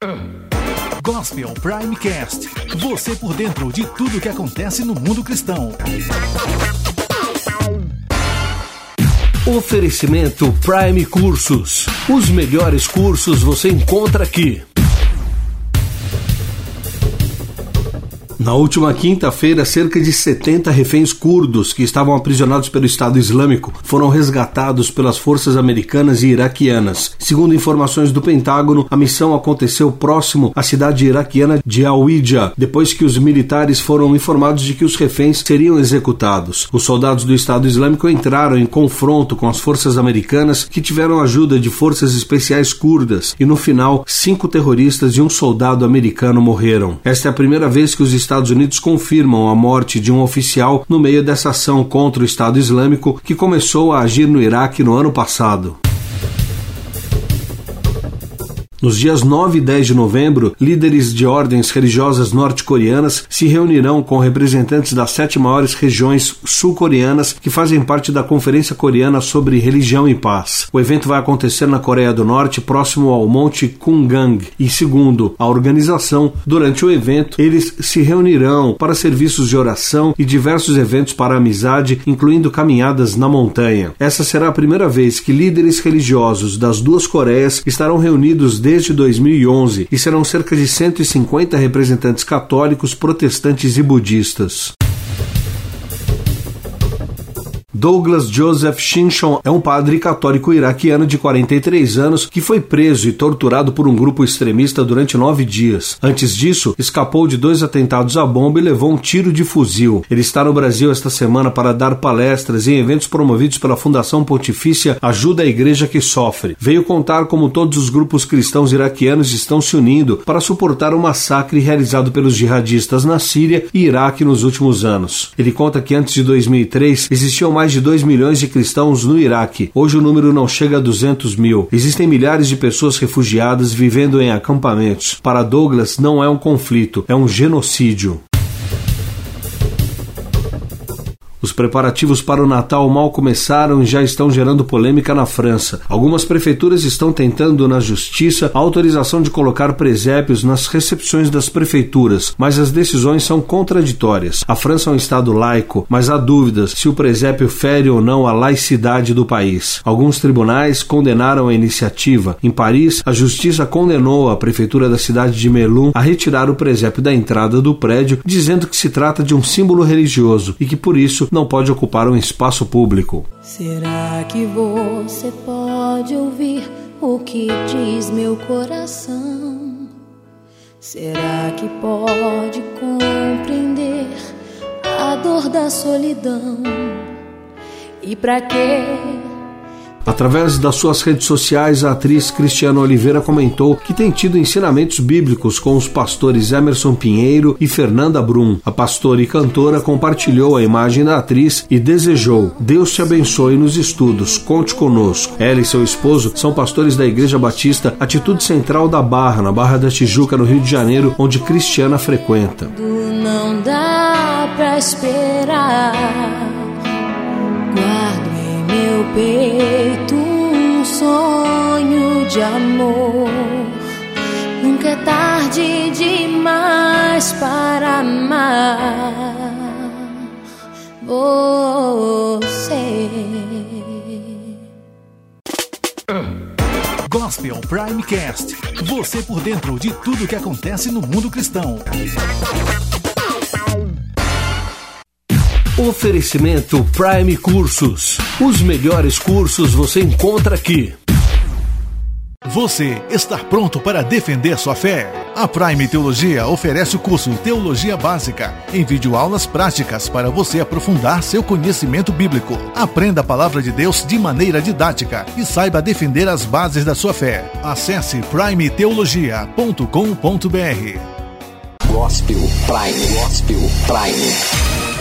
Gospel Primecast. Você por dentro de tudo que acontece no mundo cristão. Oferecimento Prime Cursos. Os melhores cursos você encontra aqui. Na última quinta-feira, cerca de 70 reféns curdos que estavam aprisionados pelo Estado Islâmico foram resgatados pelas forças americanas e iraquianas. Segundo informações do Pentágono, a missão aconteceu próximo à cidade iraquiana de Al-Widja, depois que os militares foram informados de que os reféns seriam executados. Os soldados do Estado Islâmico entraram em confronto com as forças americanas, que tiveram ajuda de forças especiais curdas, e no final, 5 terroristas e um soldado americano morreram. Esta é a primeira vez que os Estados Unidos confirmam a morte de um oficial no meio dessa ação contra o Estado Islâmico que começou a agir no Iraque no ano passado. Nos dias 9 e 10 de novembro, líderes de ordens religiosas norte-coreanas se reunirão com representantes das 7 maiores regiões sul-coreanas que fazem parte da Conferência Coreana sobre Religião e Paz. O evento vai acontecer na Coreia do Norte, próximo ao Monte Kumgang, e segundo a organização, durante o evento, eles se reunirão para serviços de oração e diversos eventos para a amizade, incluindo caminhadas na montanha. Essa será a primeira vez que líderes religiosos das duas Coreias estarão reunidos desde 2011 e serão cerca de 150 representantes católicos, protestantes e budistas. Douglas Joseph Shinshon é um padre católico iraquiano de 43 anos que foi preso e torturado por um grupo extremista durante 9 dias. Antes disso, escapou de 2 atentados à bomba e levou um tiro de fuzil. Ele está no Brasil esta semana para dar palestras em eventos promovidos pela Fundação Pontifícia Ajuda a Igreja que Sofre. Veio contar como todos os grupos cristãos iraquianos estão se unindo para suportar o massacre realizado pelos jihadistas na Síria e Iraque nos últimos anos. Ele conta que antes de 2003 existiam mais de 2 milhões de cristãos no Iraque. Hoje o número não chega a 200 mil. Existem milhares de pessoas refugiadas vivendo em acampamentos. Para Douglas, não é um conflito, é um genocídio. Os preparativos para o Natal mal começaram e já estão gerando polêmica na França. Algumas prefeituras estão tentando na justiça a autorização de colocar presépios nas recepções das prefeituras, mas as decisões são contraditórias. A França é um estado laico, mas há dúvidas se o presépio fere ou não a laicidade do país. Alguns tribunais condenaram a iniciativa. Em Paris, a justiça condenou a prefeitura da cidade de Melun a retirar o presépio da entrada do prédio, dizendo que se trata de um símbolo religioso e que, por isso, não pode ocupar um espaço público. Será que você pode ouvir o que diz meu coração? Será que pode compreender a dor da solidão? E pra quê? Através das suas redes sociais, a atriz Cristiana Oliveira comentou que tem tido ensinamentos bíblicos com os pastores Emerson Pinheiro e Fernanda Brum. A pastora e cantora compartilhou a imagem da atriz e desejou: Deus te abençoe nos estudos, conte conosco. Ela e seu esposo são pastores da Igreja Batista Atitude Central da Barra, na Barra da Tijuca, no Rio de Janeiro, onde Cristiana frequenta. Não dá pra esperar, guardo meu peito um sonho de amor. Nunca é tarde demais para amar você. Gospel Primecast. Você por dentro de tudo que acontece no mundo cristão. Oferecimento Prime Cursos. Os melhores cursos você encontra aqui. Você está pronto para defender sua fé? A Prime Teologia oferece o curso Teologia Básica, em videoaulas práticas para você aprofundar seu conhecimento bíblico. Aprenda a palavra de Deus de maneira didática e saiba defender as bases da sua fé. Acesse primeteologia.com.br. Gospel Prime.